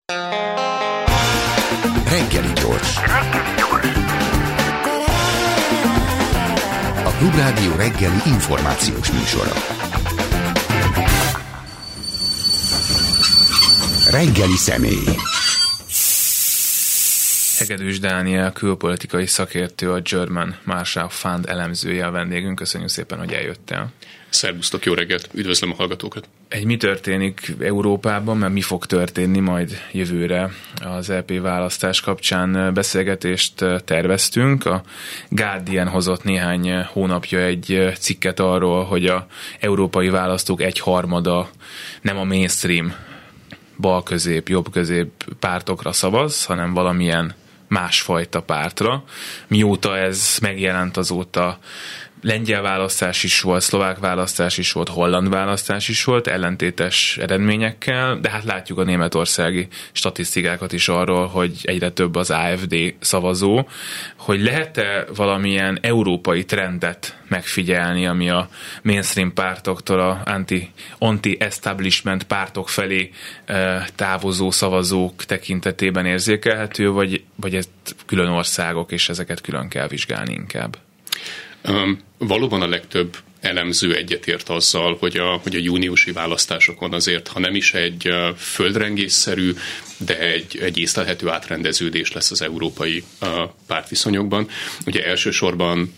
Reggeli gyors. A Klubrádió reggeli információs műsora. Reggeli személy. Hegedűs Dániel, külpolitikai szakértő, a German Marshall Fund elemzője a vendégünk. Köszönjük szépen, hogy eljöttél. Szervusztok, jó reggelt, üdvözlöm a hallgatókat. Mi történik Európában, mert mi fog történni majd jövőre az EP választás kapcsán beszélgetést terveztünk. A Guardian hozott néhány hónapja egy cikket arról, hogy az európai választók 1/3 nem a mainstream bal-közép, jobb-közép pártokra szavaz, hanem valamilyen másfajta pártra. Mióta ez megjelent, azóta lengyel választás is volt, szlovák választás is volt, holland választás is volt, ellentétes eredményekkel, de hát látjuk a németországi statisztikákat is arról, hogy egyre több az AfD szavazó, hogy lehet-e valamilyen európai trendet megfigyelni, ami a mainstream pártoktól a anti-establishment pártok felé távozó szavazók tekintetében érzékelhető, vagy ez külön országok, és ezeket külön kell vizsgálni inkább? Valóban a legtöbb elemző egyetért azzal, hogy a júniusi választásokon azért, ha nem is egy földrengésszerű, de egy észlelhető átrendeződés lesz az európai pártviszonyokban. Ugye elsősorban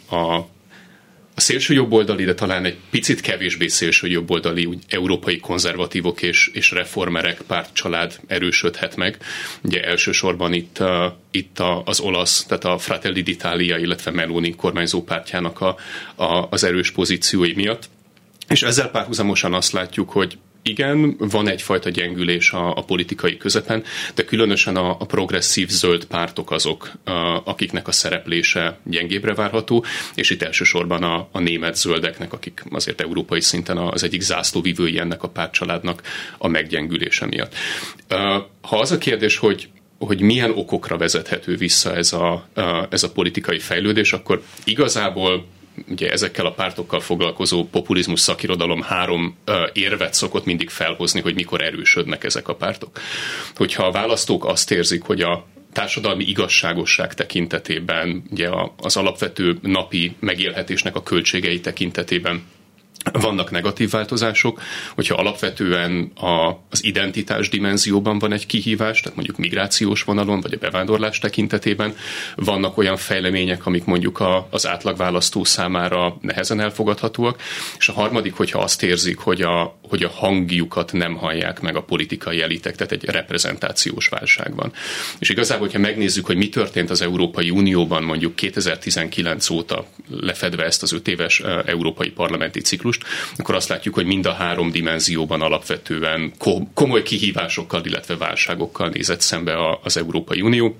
a szélső jobboldali, de talán egy picit kevésbé szélső jobboldali európai konzervatívok és reformerek pártcsalád erősödhet meg. Ugye elsősorban itt az olasz, tehát a Fratelli d'Italia, illetve Meloni kormányzó pártjának az erős pozíciói miatt. És ezzel párhuzamosan azt látjuk, hogy igen, van egyfajta gyengülés a politikai közepen, de különösen a progresszív zöld pártok azok, akiknek a szereplése gyengébbre várható, és itt elsősorban a német zöldeknek, akik azért európai szinten az egyik zászlóvivői ennek a pártcsaládnak a meggyengülése miatt. Ha az a kérdés, hogy milyen okokra vezethető vissza ez a politikai fejlődés, akkor igazából ugye ezekkel a pártokkal foglalkozó populizmus szakirodalom 3 érvet szokott mindig felhozni, hogy mikor erősödnek ezek a pártok. Hogyha a választók azt érzik, hogy a társadalmi igazságosság tekintetében, ugye az alapvető napi megélhetésnek a költségei tekintetében vannak negatív változások, hogyha alapvetően az identitás dimenzióban van egy kihívás, tehát mondjuk migrációs vonalon, vagy a bevándorlás tekintetében vannak olyan fejlemények, amik mondjuk az átlagválasztó számára nehezen elfogadhatóak, és a harmadik, hogyha azt érzik, hogy a hangjukat nem hallják meg a politikai elitek, tehát egy reprezentációs válság van. És igazából, hogyha megnézzük, hogy mi történt az Európai Unióban mondjuk 2019 óta, lefedve ezt az 5 éves európai parlamenti ciklust, akkor azt látjuk, hogy mind a 3 dimenzióban alapvetően komoly kihívásokkal, illetve válságokkal nézett szembe az Európai Unió.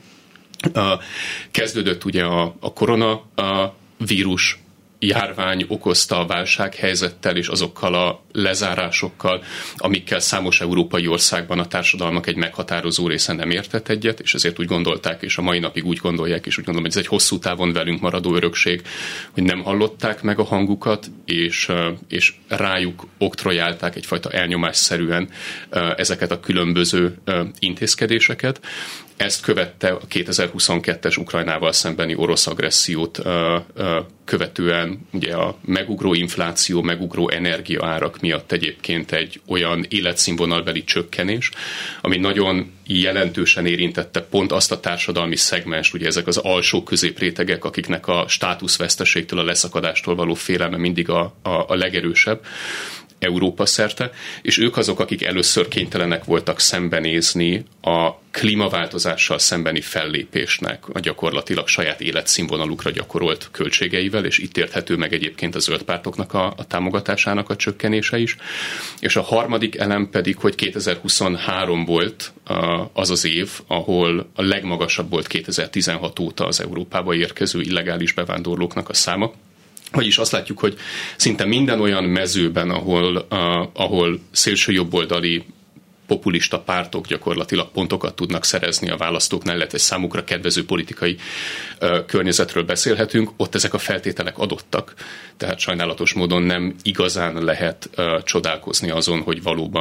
Kezdődött ugye a koronavírus járvány okozta a válsághelyzettel és azokkal a lezárásokkal, amikkel számos európai országban a társadalmak egy meghatározó része nem értett egyet, és ezért úgy gondolták, és a mai napig úgy gondolják, és úgy gondolom, hogy ez egy hosszú távon velünk maradó örökség, hogy nem hallották meg a hangukat, és rájuk oktrojálták egyfajta elnyomásszerűen ezeket a különböző intézkedéseket. Ezt követte a 2022-es Ukrajnával szembeni orosz agressziót követően ugye a megugró infláció, megugró energiaárak miatt egyébként egy olyan életszínvonalbeli csökkenés, ami nagyon jelentősen érintette pont azt a társadalmi szegmens, ugye ezek az alsó középrétegek, akiknek a státuszveszteségtől, a leszakadástól való félelme mindig a legerősebb Európa szerte, és ők azok, akik először kénytelenek voltak szembenézni a klímaváltozással szembeni fellépésnek a gyakorlatilag saját életszínvonalukra gyakorolt költségeivel, és itt érthető meg egyébként a zöld pártoknak a támogatásának a csökkenése is. És a harmadik elem pedig, hogy 2023 volt az az év, ahol a legmagasabb volt 2016 óta az Európába érkező illegális bevándorlóknak a száma. Vagyis azt látjuk, hogy szinte minden olyan mezőben, ahol szélsőjobboldali populista pártok gyakorlatilag pontokat tudnak szerezni a választóknál, illetve számukra kedvező politikai környezetről beszélhetünk, ott ezek a feltételek adottak. Tehát sajnálatos módon nem igazán lehet csodálkozni azon, hogy valóban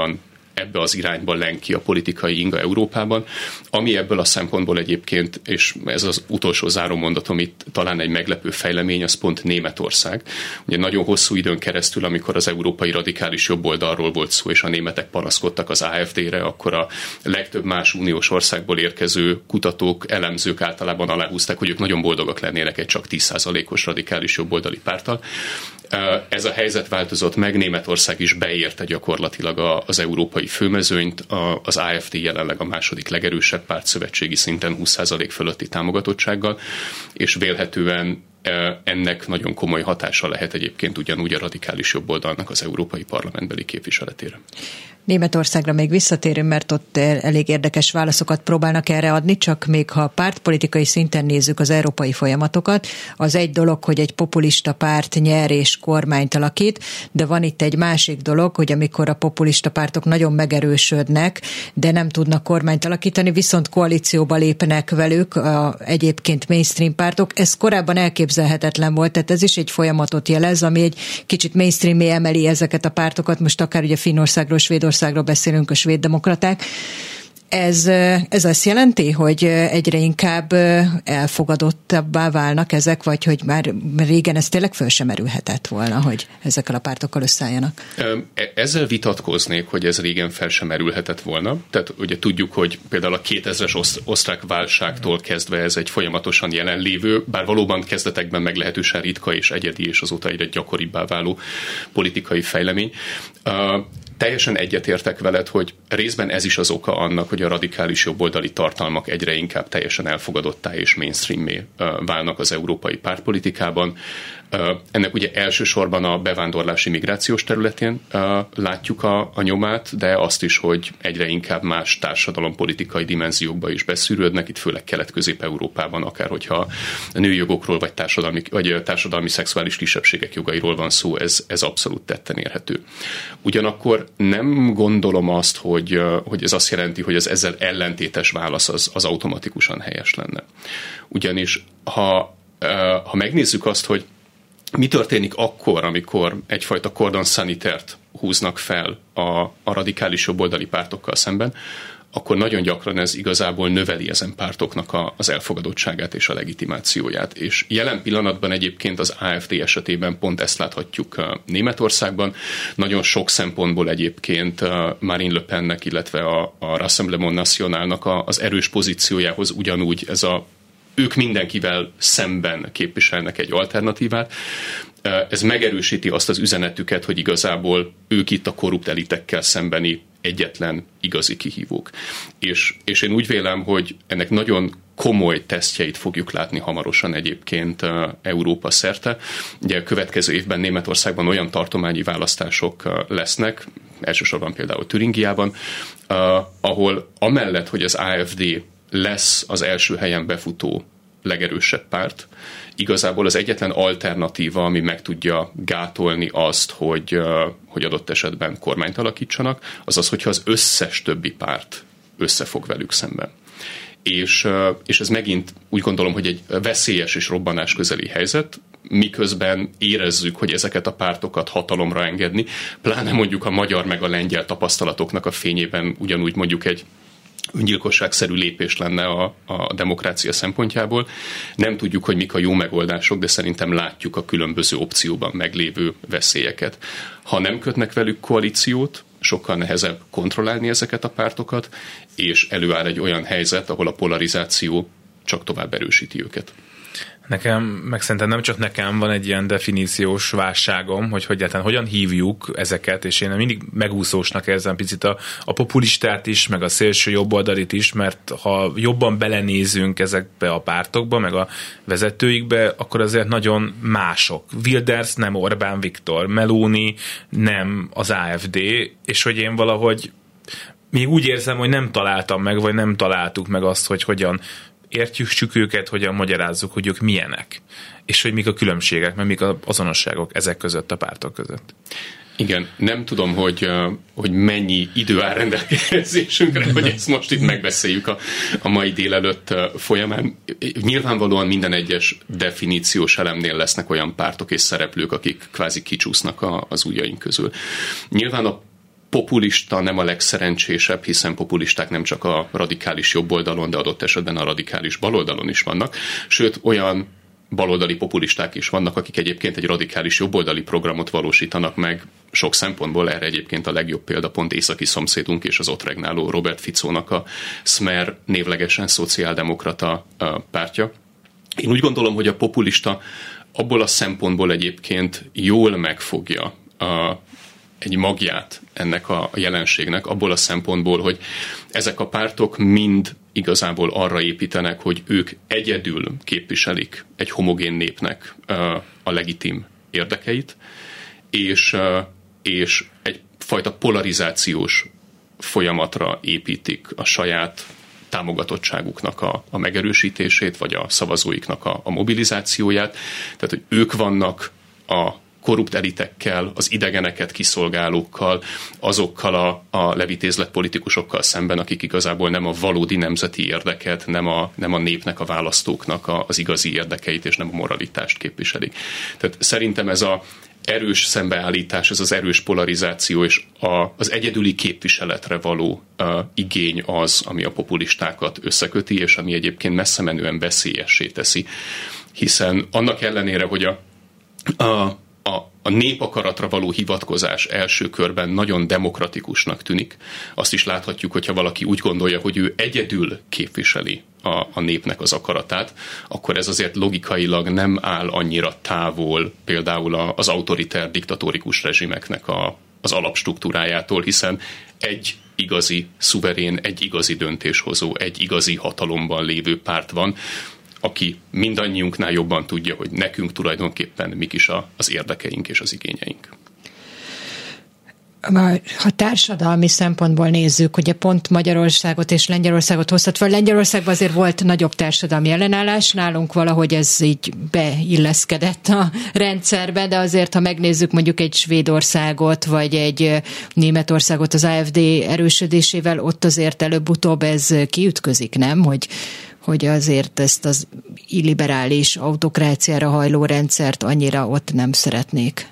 ebbe az irányba leng ki a politikai inga Európában, ami ebből a szempontból egyébként, és ez az utolsó zárómondatom itt talán egy meglepő fejlemény, az pont Németország. Ugye nagyon hosszú időn keresztül, amikor az európai radikális jobboldalról volt szó, és a németek panaszkodtak az AfD-re, akkor a legtöbb más uniós országból érkező kutatók, elemzők általában aláhúzták, hogy ők nagyon boldogak lennének egy csak 10%-os radikális jobboldali párttal. Ez a helyzet változott meg, Németország is beérte gyakorlatilag az európai főmezőnyt, az AfD jelenleg a második legerősebb párt szövetségi szinten 20% fölötti támogatottsággal, és vélhetően ennek nagyon komoly hatása lehet egyébként ugyanúgy a radikális jobboldalnak az európai parlamentbeli képviseletére. Németországra még visszatérünk, mert ott elég érdekes válaszokat próbálnak erre adni, csak még ha pártpolitikai szinten nézzük az európai folyamatokat, az egy dolog, hogy egy populista párt nyer és kormányt alakít, de van itt egy másik dolog, hogy amikor a populista pártok nagyon megerősödnek, de nem tudnak kormányt alakítani, viszont koalícióba lépnek velük egyébként mainstream pártok. Ez korábban elképzelhetetlen volt, tehát ez is egy folyamatot jelez, ami egy kicsit mainstreamé emeli ezeket a pártokat, most akár ugye Finnországról, Svédországról beszélünk, a svéd demokraták. Ez azt jelenti, hogy egyre inkább elfogadottabbá válnak ezek, vagy hogy már régen ez tényleg föl sem merülhetett volna, hogy ezekkel a pártokkal összeálljanak? Ezzel vitatkoznék, hogy ez régen fel sem merülhetett volna. Tehát ugye tudjuk, hogy például a 2000-es osztrák válságtól kezdve ez egy folyamatosan jelenlévő, bár valóban kezdetekben meglehetősen ritka és egyedi, és azóta egyre gyakoribbá váló politikai fejlemény. Teljesen egyetértek veled, hogy részben ez is az oka annak, hogy a radikális jobboldali tartalmak egyre inkább teljesen elfogadottá és mainstreammé válnak az európai pártpolitikában. Ennek ugye elsősorban a bevándorlási migrációs területén látjuk a nyomát, de azt is, hogy egyre inkább más társadalompolitikai dimenziókba is beszűrődnek, itt főleg Kelet-Közép-Európában, akár hogyha a női jogokról vagy társadalmi szexuális kisebbségek jogairól van szó, ez abszolút tetten érhető. Ugyanakkor nem gondolom azt, hogy ez azt jelenti, hogy az ezzel ellentétes válasz az automatikusan helyes lenne. Ugyanis ha megnézzük azt, hogy mi történik akkor, amikor egyfajta cordon sanitaire-t húznak fel a radikális jobboldali pártokkal szemben, akkor nagyon gyakran ez igazából növeli ezen pártoknak az elfogadottságát és a legitimációját. És jelen pillanatban egyébként az AfD esetében pont ezt láthatjuk Németországban. Nagyon sok szempontból egyébként Marine Le Pennek, illetve a Rassemblement Nationalnak az erős pozíciójához ugyanúgy ők mindenkivel szemben képviselnek egy alternatívát. Ez megerősíti azt az üzenetüket, hogy igazából ők itt a korrupt elitekkel szembeni egyetlen igazi kihívók. És én úgy vélem, hogy ennek nagyon komoly tesztjeit fogjuk látni hamarosan egyébként Európa szerte. Ugye a következő évben Németországban olyan tartományi választások lesznek, elsősorban például Türingiában, ahol amellett, hogy az AfD lesz az első helyen befutó legerősebb párt, igazából az egyetlen alternatíva, ami meg tudja gátolni azt, hogy adott esetben kormányt alakítsanak, az az, hogyha az összes többi párt összefog velük szemben. És ez megint úgy gondolom, hogy egy veszélyes és robbanás közeli helyzet, miközben érezzük, hogy ezeket a pártokat hatalomra engedni, pláne mondjuk a magyar meg a lengyel tapasztalatoknak a fényében ugyanúgy mondjuk egy öngyilkosságszerű lépés lenne a demokrácia szempontjából. Nem tudjuk, hogy mik a jó megoldások, de szerintem látjuk a különböző opcióban meglévő veszélyeket. Ha nem kötnek velük koalíciót, sokkal nehezebb kontrollálni ezeket a pártokat, és előáll egy olyan helyzet, ahol a polarizáció csak tovább erősíti őket. Nekem, meg szerintem nem csak nekem van egy ilyen definíciós válságom, hogy egyáltalán hogyan hívjuk ezeket, és én mindig megúszósnak érzem picit a populistát is, meg a szélső jobboldalit is, mert ha jobban belenézünk ezekbe a pártokba, meg a vezetőikbe, akkor azért nagyon mások. Wilders nem Orbán Viktor, Meloni nem az AfD, és hogy én valahogy még úgy érzem, hogy nem találtam meg, vagy nem találtuk meg azt, hogy hogyan értjük őket, hogyan magyarázzuk, hogy ők milyenek, és hogy mik a különbségek, mert mik az azonosságok ezek között, a pártok között. Igen, nem tudom, hogy mennyi idő áll rendelkezésünkre, hogy ezt most itt megbeszéljük a mai délelőtt folyamán. Nyilvánvalóan minden egyes definíciós elemnél lesznek olyan pártok és szereplők, akik kvázi kicsúsznak az ujjaink közül. Nyilván a populista nem a legszerencsésebb, hiszen populisták nem csak a radikális jobboldalon, de adott esetben a radikális baloldalon is vannak, sőt olyan baloldali populisták is vannak, akik egyébként egy radikális jobboldali programot valósítanak meg. Sok szempontból erre egyébként a legjobb példa pont északi szomszédunk és az ott regnáló Robert Ficónak a Smer névlegesen szociáldemokrata pártja. Én úgy gondolom, hogy a populista abból a szempontból egyébként jól megfogja egy magját ennek a jelenségnek, abból a szempontból, hogy ezek a pártok mind igazából arra építenek, hogy ők egyedül képviselik egy homogén népnek a legitim érdekeit, és egyfajta polarizációs folyamatra építik a saját támogatottságuknak a megerősítését, vagy a szavazóiknak a mobilizációját. Tehát, hogy ők vannak a korrupt elitekkel, az idegeneket kiszolgálókkal, azokkal a levitézlet politikusokkal szemben, akik igazából nem a valódi nemzeti érdeket, nem a népnek, a választóknak az igazi érdekeit, és nem a moralitást képviselik. Tehát szerintem ez az erős szembeállítás, ez az erős polarizáció és az egyedüli képviseletre való igény az, ami a populistákat összeköti, és ami egyébként messze menően veszélyessé teszi. Hiszen annak ellenére, hogy a népakaratra való hivatkozás első körben nagyon demokratikusnak tűnik. Azt is láthatjuk, hogyha valaki úgy gondolja, hogy ő egyedül képviseli a népnek az akaratát, akkor ez azért logikailag nem áll annyira távol például az autoriter diktatórikus rezsimeknek az alapstruktúrájától, hiszen egy igazi szuverén, egy igazi döntéshozó, egy igazi hatalomban lévő párt van, aki mindannyiunknál jobban tudja, hogy nekünk tulajdonképpen mik is az érdekeink és az igényeink. Ha társadalmi szempontból nézzük, ugye pont Magyarországot és Lengyelországot hoztat fel. Lengyelországban azért volt nagyobb társadalmi ellenállás, nálunk valahogy ez így beilleszkedett a rendszerbe, de azért, ha megnézzük mondjuk egy Svédországot, vagy egy Németországot az AfD erősödésével, ott azért előbb-utóbb ez kiütközik, nem? Hogy azért ezt az illiberális autokráciára hajló rendszert annyira ott nem szeretnék.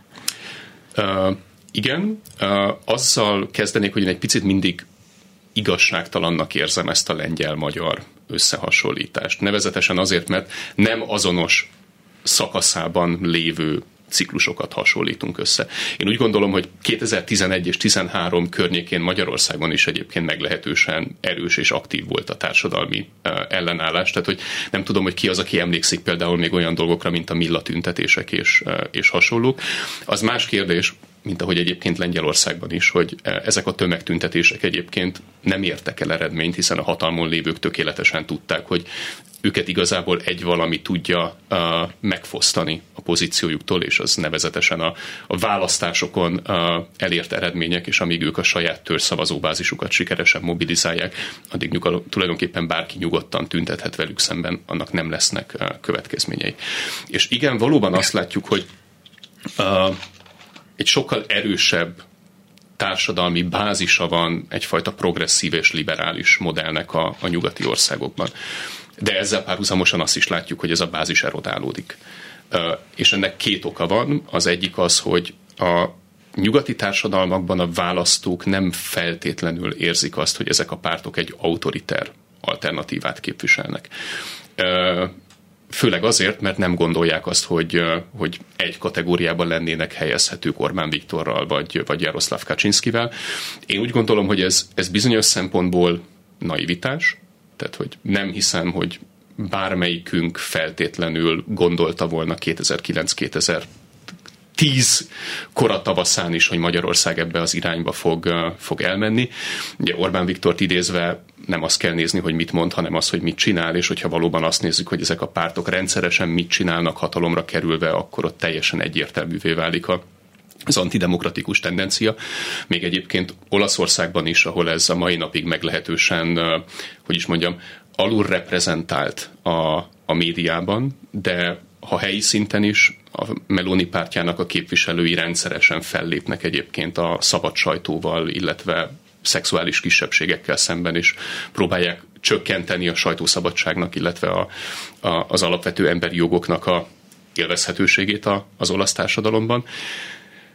Igen, azzal kezdenék, hogy én egy picit mindig igazságtalannak érzem ezt a lengyel-magyar összehasonlítást. Nevezetesen azért, mert nem azonos szakaszában lévő ciklusokat hasonlítunk össze. Én úgy gondolom, hogy 2011 és 2013 környékén Magyarországon is egyébként meglehetősen erős és aktív volt a társadalmi ellenállás. Tehát, hogy nem tudom, hogy ki az, aki emlékszik például még olyan dolgokra, mint a millatüntetések és hasonlók. Az más kérdés, mint ahogy egyébként Lengyelországban is, hogy ezek a tömegtüntetések egyébként nem értek el eredményt, hiszen a hatalmon lévők tökéletesen tudták, hogy őket igazából egy valami tudja megfosztani a pozíciójuktól, és az nevezetesen a választásokon elért eredmények, és amíg ők a saját törzszavazóbázisukat sikeresen mobilizálják, addig tulajdonképpen bárki nyugodtan tüntethet velük szemben, annak nem lesznek következményei. És igen, valóban azt látjuk, hogy egy sokkal erősebb társadalmi bázisa van egyfajta progresszív és liberális modellnek a nyugati országokban. De ezzel párhuzamosan azt is látjuk, hogy ez a bázis erodálódik. És ennek két oka van. Az egyik az, hogy a nyugati társadalmakban a választók nem feltétlenül érzik azt, hogy ezek a pártok egy autoriter alternatívát képviselnek. Főleg azért, mert nem gondolják azt, hogy egy kategóriában lennének helyezhetők Orbán Viktorral vagy Jaroszláv Kaczynszkivel. Én úgy gondolom, hogy ez bizonyos szempontból naivitás, tehát hogy nem hiszem, hogy bármelyikünk feltétlenül gondolta volna 2009-2010 koratavaszán is, hogy Magyarország ebbe az irányba fog elmenni. Ugye Orbán Viktort idézve nem azt kell nézni, hogy mit mond, hanem azt, hogy mit csinál, és hogyha valóban azt nézzük, hogy ezek a pártok rendszeresen mit csinálnak hatalomra kerülve, akkor ott teljesen egyértelművé válik az antidemokratikus tendencia. Még egyébként Olaszországban is, ahol ez a mai napig meglehetősen, alulreprezentált a médiában, de ha helyi szinten is a Meloni pártjának a képviselői rendszeresen fellépnek egyébként a szabad sajtóval, illetve szexuális kisebbségekkel szemben is próbálják csökkenteni a sajtószabadságnak, illetve az alapvető emberi jogoknak a élvezhetőségét az olasz társadalomban.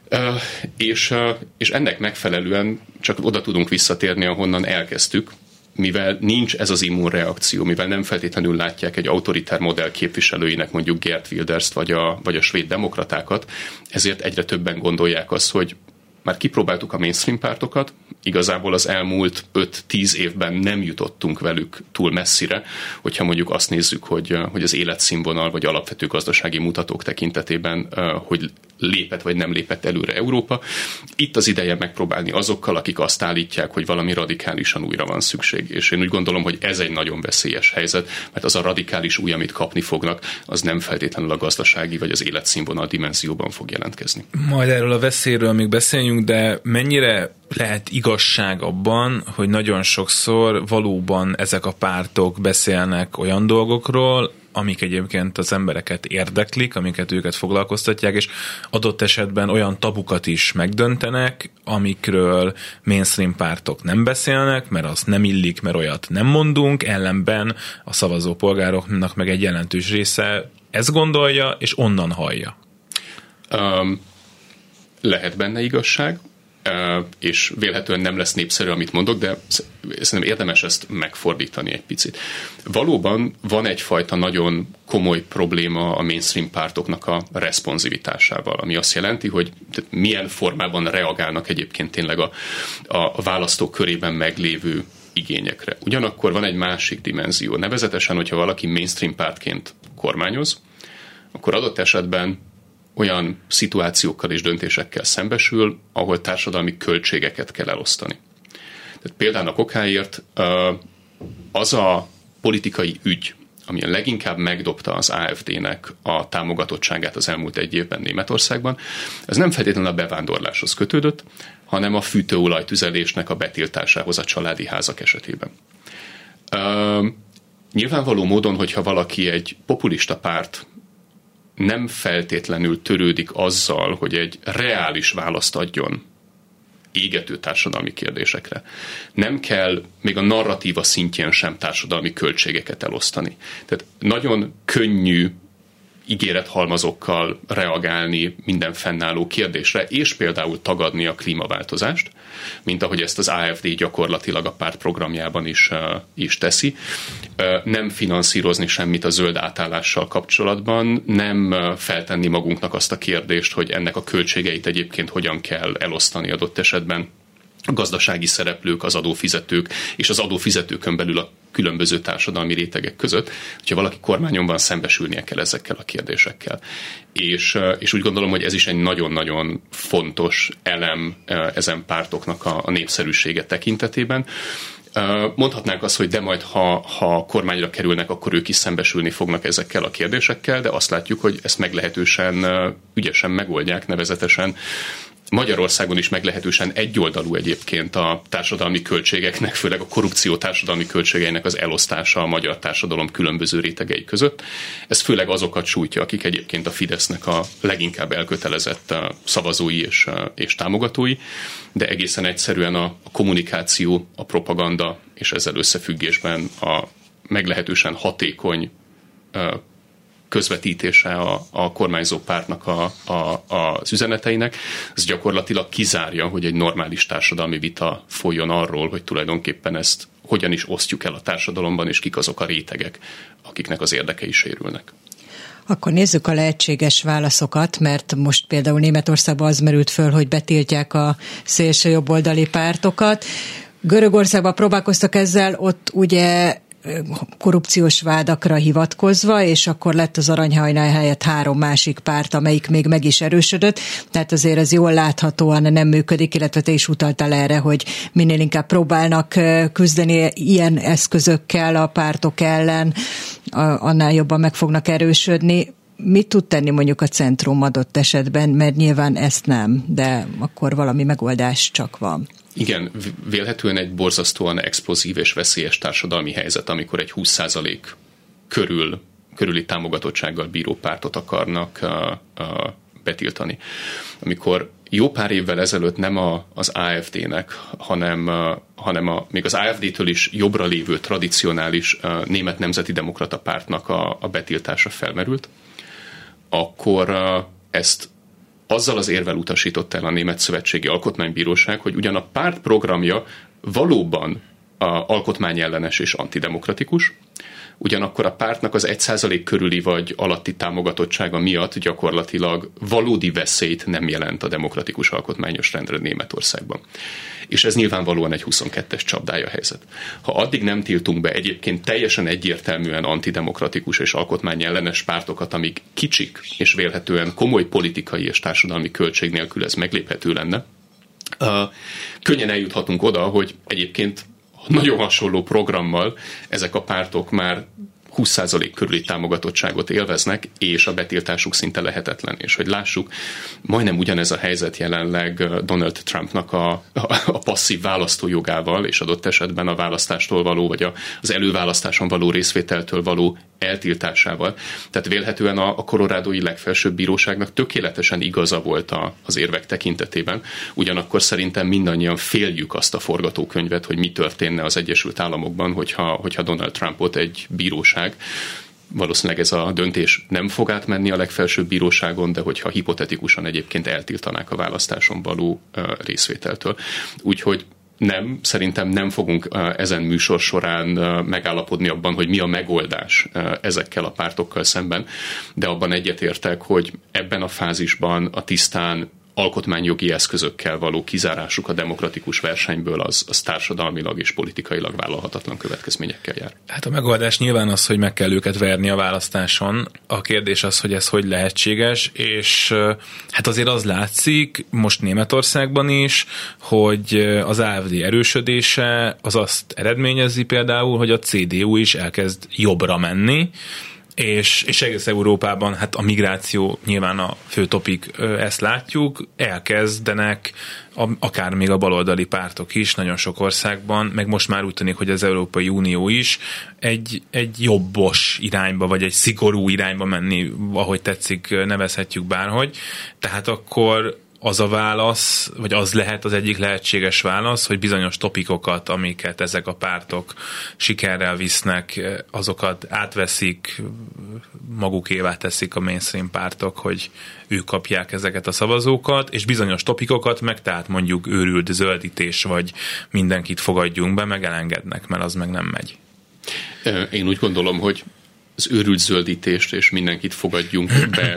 És ennek megfelelően csak oda tudunk visszatérni, ahonnan elkezdtük, mivel nincs ez az immunreakció, mivel nem feltétlenül látják egy autoritár modell képviselőinek, mondjuk Geert Wilderst vagy a svéd demokratákat, ezért egyre többen gondolják azt, hogy már kipróbáltuk a mainstream pártokat, igazából az elmúlt 5-10 évben nem jutottunk velük túl messzire, hogyha mondjuk azt nézzük, hogy az életszínvonal vagy alapvető gazdasági mutatók tekintetében, hogy lépett vagy nem lépett előre Európa. Itt az ideje megpróbálni azokkal, akik azt állítják, hogy valami radikálisan újra van szükség. És én úgy gondolom, hogy ez egy nagyon veszélyes helyzet, mert az a radikális új, amit kapni fognak, az nem feltétlenül a gazdasági vagy az életszínvonal dimenzióban fog jelentkezni. Majd erről a veszélyről még beszéljünk, de mennyire lehet igazság abban, hogy nagyon sokszor valóban ezek a pártok beszélnek olyan dolgokról, amik egyébként az embereket érdeklik, amiket őket foglalkoztatják, és adott esetben olyan tabukat is megdöntenek, amikről mainstream pártok nem beszélnek, mert az nem illik, mert olyat nem mondunk, ellenben a szavazó polgároknak meg egy jelentős része ezt gondolja, és onnan hallja. Lehet benne igazság, és vélhetően nem lesz népszerű, amit mondok, de szerintem érdemes ezt megfordítani egy picit. Valóban van egyfajta nagyon komoly probléma a mainstream pártoknak a responsivitásával, ami azt jelenti, hogy milyen formában reagálnak egyébként tényleg a választók körében meglévő igényekre. Ugyanakkor van egy másik dimenzió, nevezetesen, hogyha valaki mainstream pártként kormányoz, akkor adott esetben olyan szituációkkal és döntésekkel szembesül, ahol társadalmi költségeket kell elosztani. Tehát például a kokáért az a politikai ügy, ami a leginkább megdobta az AfD-nek a támogatottságát az elmúlt egy évben Németországban, ez nem feltétlenül a bevándorláshoz kötődött, hanem a fűtőolajtüzelésnek a betiltásához a családi házak esetében. Nyilvánvaló módon, hogyha valaki egy populista párt nem feltétlenül törődik azzal, hogy egy reális választ adjon égető társadalmi kérdésekre. Nem kell még a narratíva szintjén sem társadalmi költségeket elosztani. Tehát nagyon könnyű ígérethalmazokkal reagálni minden fennálló kérdésre, és például tagadni a klímaváltozást, mint ahogy ezt az AfD gyakorlatilag a párt programjában is teszi. Nem finanszírozni semmit a zöld átállással kapcsolatban, nem feltenni magunknak azt a kérdést, hogy ennek a költségeit egyébként hogyan kell elosztani adott esetben a gazdasági szereplők, az adófizetők és az adófizetőkön belül a különböző társadalmi rétegek között, hogyha valaki kormányon van, szembesülnie kell ezekkel a kérdésekkel. És úgy gondolom, hogy ez is egy nagyon-nagyon fontos elem ezen pártoknak a népszerűsége tekintetében. Mondhatnánk azt, hogy de majd, ha kormányra kerülnek, akkor ők is szembesülni fognak ezekkel a kérdésekkel, de azt látjuk, hogy ezt meglehetősen ügyesen megoldják, nevezetesen Magyarországon is meglehetősen egyoldalú egyébként a társadalmi költségeknek, főleg a korrupció társadalmi költségeinek az elosztása a magyar társadalom különböző rétegei között. Ez főleg azokat sújtja, akik egyébként a Fidesznek a leginkább elkötelezett szavazói és támogatói, de egészen egyszerűen a kommunikáció, a propaganda és ezzel összefüggésben a meglehetősen hatékony közvetítése a kormányzó pártnak az üzeneteinek, ez gyakorlatilag kizárja, hogy egy normális társadalmi vita folyjon arról, hogy tulajdonképpen ezt hogyan is osztjuk el a társadalomban, és kik azok a rétegek, akiknek az érdekei sérülnek. Akkor nézzük a lehetséges válaszokat, mert most például Németországban az merült föl, hogy betiltják a szélső jobboldali pártokat. Görögországban próbálkoztak ezzel, ott ugye korrupciós vádakra hivatkozva, és akkor lett az aranyhajnál helyett 3 másik párt, amelyik még meg is erősödött, tehát azért ez jól láthatóan nem működik, illetve te is utaltál erre, hogy minél inkább próbálnak küzdeni ilyen eszközökkel a pártok ellen, annál jobban meg fognak erősödni. Mit tud tenni mondjuk a centrum adott esetben, mert nyilván ezt nem, de akkor valami megoldás csak van. Igen, vélhetően egy borzasztóan explozív és veszélyes társadalmi helyzet, amikor egy 20% körüli támogatottsággal bíró pártot akarnak betiltani. Amikor jó pár évvel ezelőtt nem az AfD-nek, hanem még az AfD-től is jobbra lévő tradicionális német nemzeti demokrata pártnak a betiltása felmerült, akkor ezt azzal az érvel utasította el a Német Szövetségi Alkotmánybíróság, hogy ugyan a párt programja valóban alkotmányellenes és antidemokratikus, ugyanakkor a pártnak az 1% körüli vagy alatti támogatottsága miatt gyakorlatilag valódi veszélyt nem jelent a demokratikus alkotmányos rendre Németországban. És ez nyilvánvalóan egy 22-es csapdája helyzet. Ha addig nem tiltunk be egyébként teljesen egyértelműen antidemokratikus és alkotmányellenes pártokat, amik kicsik és vélhetően komoly politikai és társadalmi költség nélkül ez megléphető lenne, könnyen eljuthatunk oda, hogy egyébként nagyon hasonló programmal ezek a pártok már 20% körüli támogatottságot élveznek, és a betiltásuk szinte lehetetlen. És hogy lássuk, majdnem ugyanez a helyzet jelenleg Donald Trumpnak a passzív választójogával, és adott esetben a választástól való, vagy az előválasztáson való részvételtől való eltiltásával. Tehát vélhetően a kolorádói legfelsőbb bíróságnak tökéletesen igaza volt az érvek tekintetében, ugyanakkor szerintem mindannyian féljük azt a forgatókönyvet, hogy mi történne az Egyesült Államokban, hogyha Donald Trumpot egy bíróság, valószínűleg ez a döntés nem fog átmenni a legfelsőbb bíróságon, de hogyha hipotetikusan egyébként eltiltanák a választáson való részvételtől. Úgyhogy szerintem nem fogunk ezen műsor során megállapodni abban, hogy mi a megoldás ezekkel a pártokkal szemben, de abban egyetértek, hogy ebben a fázisban a tisztán alkotmányjogi eszközökkel való kizárásuk a demokratikus versenyből az társadalmilag és politikailag vállalhatatlan következményekkel jár. Hát a megoldás nyilván az, hogy meg kell őket verni a választáson. A kérdés az, hogy ez hogy lehetséges, és hát azért az látszik most Németországban is, hogy az AfD erősödése az azt eredményezi például, hogy a CDU is elkezd jobbra menni, és egész Európában, hát a migráció nyilván a fő topik, ezt látjuk, elkezdenek akár még a baloldali pártok is nagyon sok országban, meg most már úgy tűnik, hogy az Európai Unió is egy jobbos irányba, vagy egy szigorú irányba menni, ahogy tetszik, nevezhetjük bárhogy. Tehát akkor az a válasz, vagy az lehet az egyik lehetséges válasz, hogy bizonyos topikokat, amiket ezek a pártok sikerrel visznek, azokat átveszik, magukévá teszik a mainstream pártok, hogy ők kapják ezeket a szavazókat, és bizonyos topikokat meg, tehát mondjuk őrült zöldítés, vagy mindenkit fogadjunk be, meg elengednek, mert az meg nem megy. Én úgy gondolom, hogy az őrült zöldítést és mindenkit fogadjunk be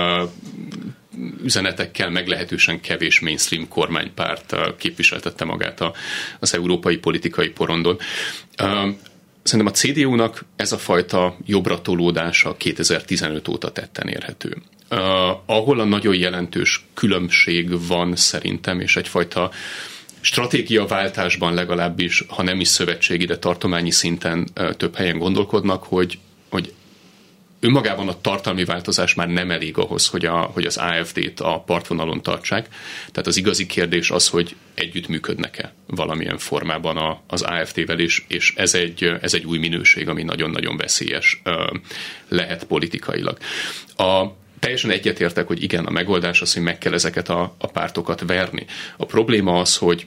üzenetekkel meglehetősen kevés mainstream kormánypárt képviseltette magát az európai politikai porondon. Szerintem a CDU-nak ez a fajta jobbra tolódása 2015 óta tetten érhető. Ahol a nagyon jelentős különbség van szerintem, és egyfajta stratégiaváltásban legalábbis, ha nem is szövetségi, de tartományi szinten több helyen gondolkodnak, hogy önmagában a tartalmi változás már nem elég ahhoz, hogy az AfD-t a partvonalon tartsák. Tehát az igazi kérdés az, hogy együttműködnek-e valamilyen formában az AfD-vel, és ez egy új minőség, ami nagyon-nagyon veszélyes lehet politikailag. Teljesen egyetértek, hogy igen, a megoldás az, hogy meg kell ezeket a pártokat verni. A probléma az, hogy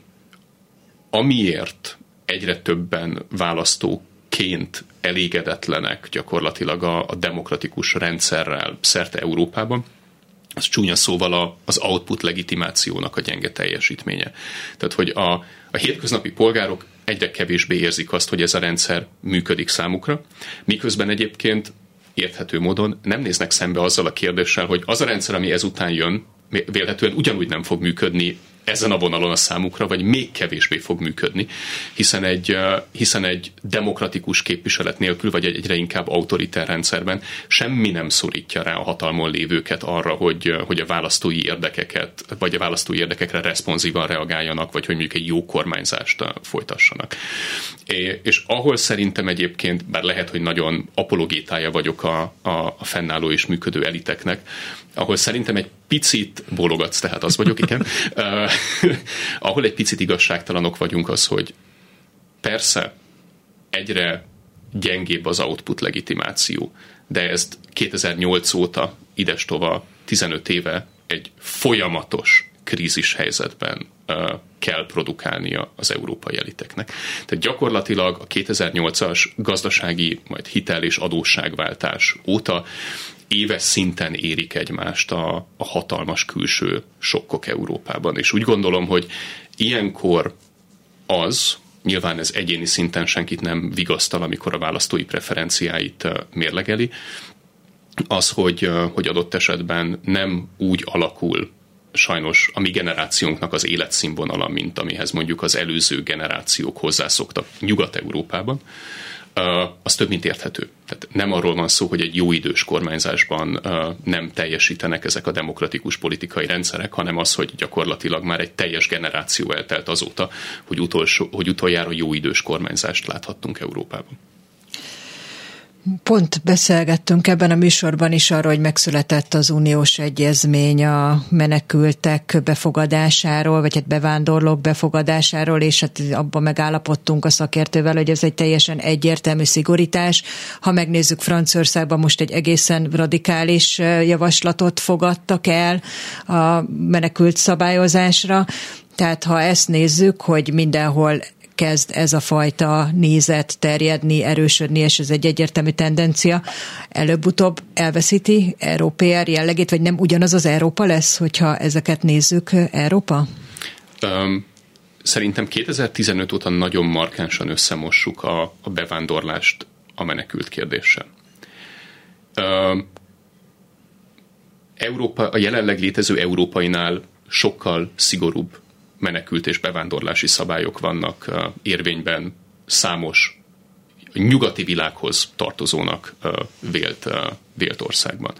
amiért egyre többen választóként elégedetlenek gyakorlatilag a demokratikus rendszerrel szerte Európában, az csúnya szóval az output legitimációnak a gyenge teljesítménye. Tehát, hogy a hétköznapi polgárok egyre kevésbé érzik azt, hogy ez a rendszer működik számukra, miközben egyébként érthető módon nem néznek szembe azzal a kérdéssel, hogy az a rendszer, ami ezután jön, vélhetően ugyanúgy nem fog működni ezen a vonalon a számukra, vagy még kevésbé fog működni, hiszen egy demokratikus képviselet nélkül, vagy egy egyre inkább autoritár rendszerben semmi nem szorítja rá a hatalmon lévőket arra, hogy a választói érdekeket, vagy a választói érdekekre responsívan reagáljanak, vagy hogy mondjuk egy jó kormányzást folytassanak. És ahol szerintem egyébként, bár lehet, hogy nagyon apologétája vagyok a fennálló és működő eliteknek, ahol szerintem egy picit bólogatsz, tehát az vagyok, igen, ahol egy picit igazságtalanok vagyunk az, hogy persze egyre gyengébb az output legitimáció, de ezt 2008 óta idestova 15 éve egy folyamatos krízis helyzetben kell produkálnia az európai eliteknek. Tehát gyakorlatilag a 2008-as gazdasági, majd hitel- és adósságváltás óta éves szinten érik egymást a hatalmas külső sokkok Európában. És úgy gondolom, hogy ilyenkor nyilván ez egyéni szinten senkit nem vigasztal, amikor a választói preferenciáit mérlegeli, az, hogy adott esetben nem úgy alakul sajnos a mi generációnknak az életszínvonala, mint amihez mondjuk az előző generációk hozzászoktak Nyugat-Európában, az több mint érthető. Tehát nem arról van szó, hogy egy jó idős kormányzásban nem teljesítenek ezek a demokratikus politikai rendszerek, hanem az, hogy gyakorlatilag már egy teljes generáció eltelt azóta, hogy utoljára jó idős kormányzást láthattunk Európában. Pont beszélgettünk ebben a műsorban is arról, hogy megszületett az uniós egyezmény a menekültek befogadásáról, vagy hát bevándorlók befogadásáról, és hát abban megállapodtunk a szakértővel, hogy ez egy teljesen egyértelmű szigorítás. Ha megnézzük, Franciaországban most egy egészen radikális javaslatot fogadtak el a menekült szabályozásra. Tehát ha ezt nézzük, hogy mindenhol kezd ez a fajta nézet terjedni, erősödni, és ez egy egyértelmű tendencia. Előbb-utóbb elveszíti Európér jellegét, vagy nem ugyanaz az Európa lesz, hogyha ezeket nézzük, Európa? Szerintem 2015 óta nagyon markánsan összemossuk a bevándorlást a menekült kérdéssel. Európa, a jelenleg létező európainál sokkal szigorúbb menekült és bevándorlási szabályok vannak érvényben számos nyugati világhoz tartozónak vélt országban.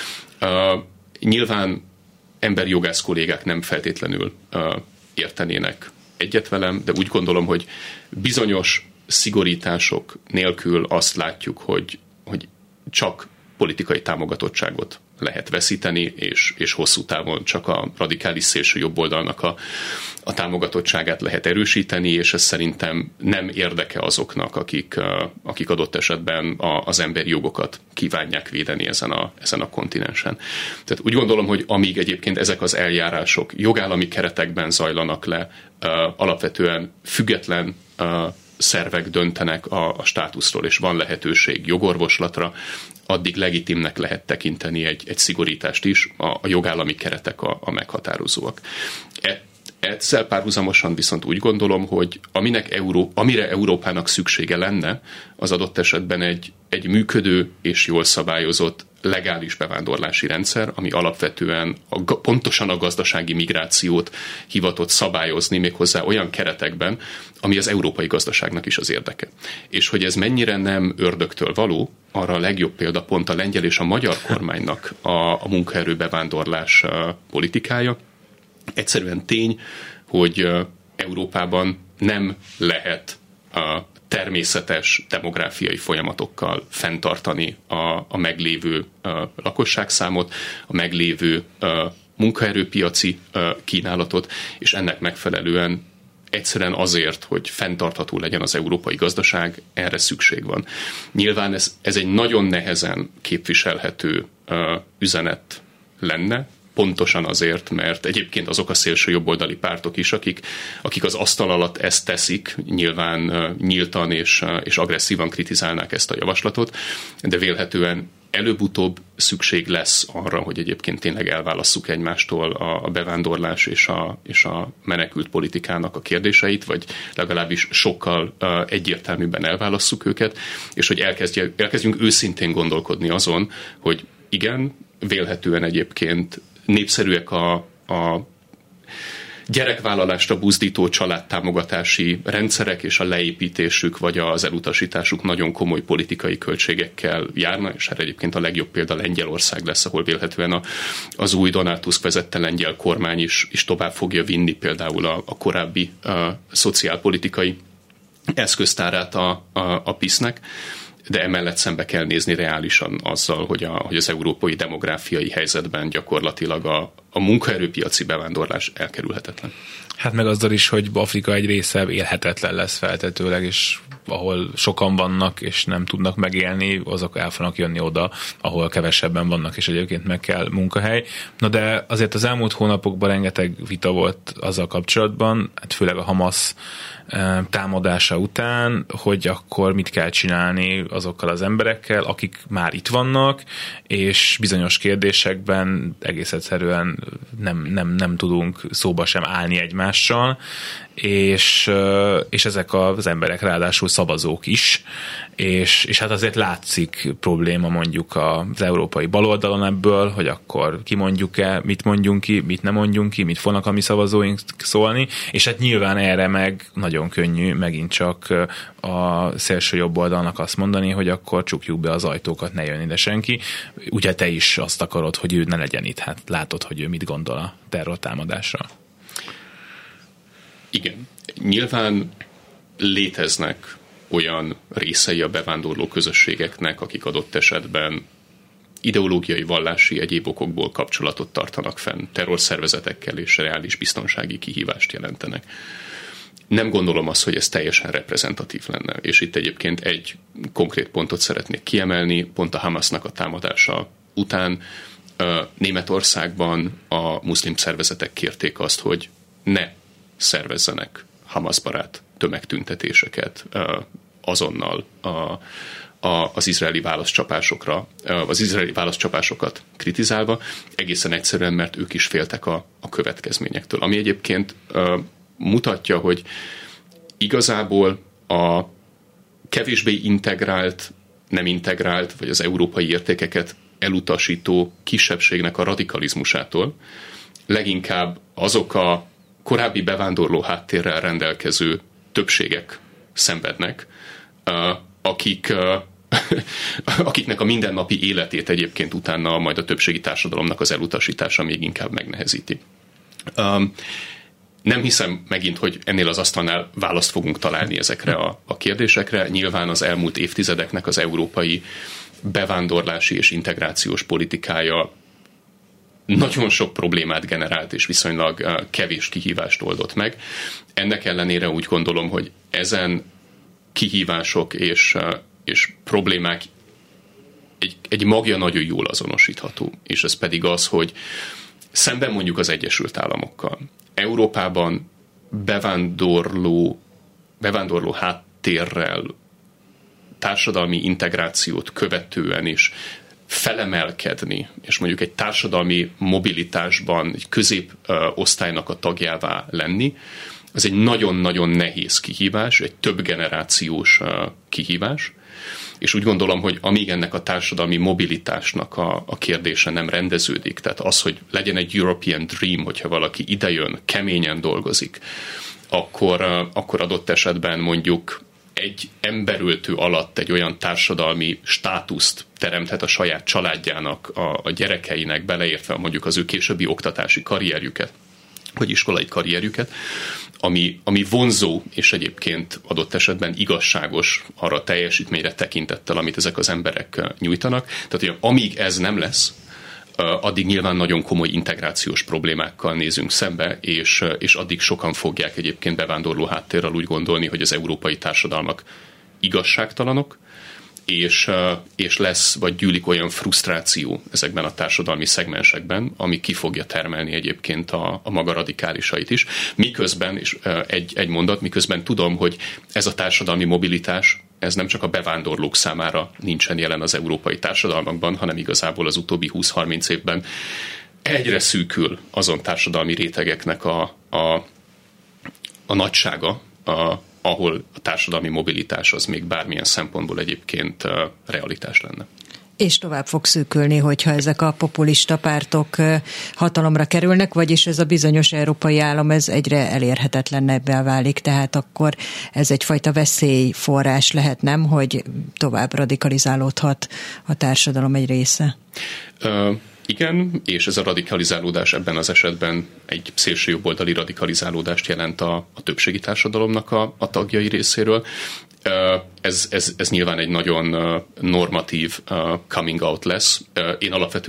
Nyilván emberjogász kollégák nem feltétlenül értenének egyet velem, de úgy gondolom, hogy bizonyos szigorítások nélkül azt látjuk, hogy csak politikai támogatottságot lehet veszíteni, és hosszú távon csak a radikális szélső jobboldalnak a támogatottságát lehet erősíteni, és ez szerintem nem érdeke azoknak, akik adott esetben az emberi jogokat kívánják védeni ezen a kontinensen. Tehát úgy gondolom, hogy amíg egyébként ezek az eljárások jogállami keretekben zajlanak le, alapvetően független szervek döntenek a státuszról, és van lehetőség jogorvoslatra, addig legitimnek lehet tekinteni egy szigorítást is, a jogállami keretek a meghatározóak. Ezzel párhuzamosan viszont úgy gondolom, hogy amire Európának szüksége lenne, az adott esetben egy működő és jól szabályozott legális bevándorlási rendszer, ami alapvetően pontosan a gazdasági migrációt hivatott szabályozni, méghozzá olyan keretekben, ami az európai gazdaságnak is az érdeke. És hogy ez mennyire nem ördögtől való, arra a legjobb példa pont a lengyel és a magyar kormánynak a munkaerő bevándorlás politikája. Egyszerűen tény, hogy Európában nem lehet természetes demográfiai folyamatokkal fenntartani a meglévő lakosságszámot, a meglévő munkaerőpiaci kínálatot, és ennek megfelelően egyszerűen azért, hogy fenntartható legyen az európai gazdaság, erre szükség van. Nyilván ez egy nagyon nehezen képviselhető üzenet lenne, pontosan azért, mert egyébként azok a szélső jobboldali pártok is, akik az asztal alatt ezt teszik, nyilván nyíltan és agresszívan kritizálnák ezt a javaslatot, de vélhetően előbb-utóbb szükség lesz arra, hogy egyébként tényleg elválasszuk egymástól a bevándorlás és a menekült politikának a kérdéseit, vagy legalábbis sokkal egyértelműbben elválasszuk őket, és hogy elkezdjünk őszintén gondolkodni azon, hogy igen, vélhetően egyébként népszerűek a gyerekvállalásra buzdító családtámogatási rendszerek, és a leépítésük vagy az elutasításuk nagyon komoly politikai költségekkel járna, és erre egyébként a legjobb példa Lengyelország lesz, ahol vélhetően az új Donald Tusk vezette lengyel kormány is tovább fogja vinni például a korábbi szociálpolitikai eszköztárát a PiS-nek, de emellett szembe kell nézni reálisan azzal, hogy az európai demográfiai helyzetben gyakorlatilag a munkaerőpiaci bevándorlás elkerülhetetlen. Hát meg azzal is, hogy Afrika egy része élhetetlen lesz feltetőleg, és ahol sokan vannak, és nem tudnak megélni, azok el fognak jönni oda, ahol kevesebben vannak, és egyébként meg kell munkahely. Na de azért az elmúlt hónapokban rengeteg vita volt azzal kapcsolatban, hát főleg a Hamas támadása után, hogy akkor mit kell csinálni azokkal az emberekkel, akik már itt vannak, és bizonyos kérdésekben egész egyszerűen nem tudunk szóba sem állni egymással, és ezek az emberek ráadásul szavazók is, és hát azért látszik probléma mondjuk az európai baloldalon ebből, hogy akkor kimondjuk-e, mit mondjunk ki, mit nem mondjunk ki, mit fognak a mi szavazóink szólni, és hát nyilván erre meg nagyon könnyű megint csak a szélső jobb oldalnak azt mondani, hogy akkor csukjuk be az ajtókat, ne jön ide senki. Ugye te is azt akarod, hogy ő ne legyen itt, hát látod, hogy ő mit gondol a terrortámadásra. Igen. Nyilván léteznek olyan részei a bevándorló közösségeknek, akik adott esetben ideológiai, vallási, egyéb okokból kapcsolatot tartanak fenn, terrorszervezetekkel és reális biztonsági kihívást jelentenek. Nem gondolom azt, hogy ez teljesen reprezentatív lenne, és itt egyébként egy konkrét pontot szeretnék kiemelni, pont a Hamasnak a támadása után Németországban a muszlim szervezetek kérték azt, hogy ne szervezzenek Hamas-barát tömegtüntetéseket azonnal az izraeli válaszcsapásokra, az izraeli válaszcsapásokat kritizálva, egészen egyszerűen, mert ők is féltek a következményektől. Ami egyébként mutatja, hogy igazából a kevésbé integrált, nem integrált, vagy az európai értékeket elutasító kisebbségnek a radikalizmusától leginkább azok a korábbi bevándorló háttérrel rendelkező többségek szenvednek, akiknek a mindennapi életét egyébként utána majd a többségi társadalomnak az elutasítása még inkább megnehezíti. Nem hiszem megint, hogy ennél az asztalnál választ fogunk találni ezekre a kérdésekre. Nyilván az elmúlt évtizedeknek az európai bevándorlási és integrációs politikája nagyon sok problémát generált, és viszonylag kevés kihívást oldott meg. Ennek ellenére úgy gondolom, hogy ezen kihívások és problémák egy magja nagyon jól azonosítható, és ez pedig az, hogy szemben mondjuk az Egyesült Államokkal, Európában bevándorló háttérrel, társadalmi integrációt követően is felemelkedni, és mondjuk egy társadalmi mobilitásban egy középosztálynak a tagjává lenni, az egy nagyon-nagyon nehéz kihívás, egy több generációs kihívás, és úgy gondolom, hogy amíg ennek a társadalmi mobilitásnak a kérdése nem rendeződik, tehát az, hogy legyen egy European Dream, hogyha valaki idejön, keményen dolgozik, akkor adott esetben mondjuk egy emberöltő alatt egy olyan társadalmi státuszt teremthet a saját családjának, a gyerekeinek, beleértve mondjuk az ő későbbi oktatási karrierjüket, vagy iskolai karrierjüket, ami vonzó, és egyébként adott esetben igazságos arra a teljesítményre tekintettel, amit ezek az emberek nyújtanak. Tehát, hogy amíg ez nem lesz, addig nyilván nagyon komoly integrációs problémákkal nézünk szembe, és addig sokan fogják egyébként bevándorló háttérrel úgy gondolni, hogy az európai társadalmak igazságtalanok, és lesz, vagy gyűlik olyan frusztráció ezekben a társadalmi szegmensekben, ami ki fogja termelni egyébként a maga radikálisait is. Miközben, és egy mondat, miközben tudom, hogy ez a társadalmi mobilitás, ez nem csak a bevándorlók számára nincsen jelen az európai társadalmakban, hanem igazából az utóbbi 20-30 évben egyre szűkül azon társadalmi rétegeknek a nagysága, ahol a társadalmi mobilitás az még bármilyen szempontból egyébként realitás lenne. És tovább fog szűkülni, hogyha ezek a populista pártok hatalomra kerülnek, vagyis ez a bizonyos európai állam ez egyre elérhetetlenebbé válik, tehát akkor ez egyfajta veszélyforrás lehet, nem, hogy tovább radikalizálódhat a társadalom egy része? Igen, és ez a radikalizálódás ebben az esetben egy szélsőjobboldali radikalizálódást jelent a többségi társadalomnak a tagjai részéről. Ez nyilván egy nagyon normatív coming out lesz. Én alapvetően egy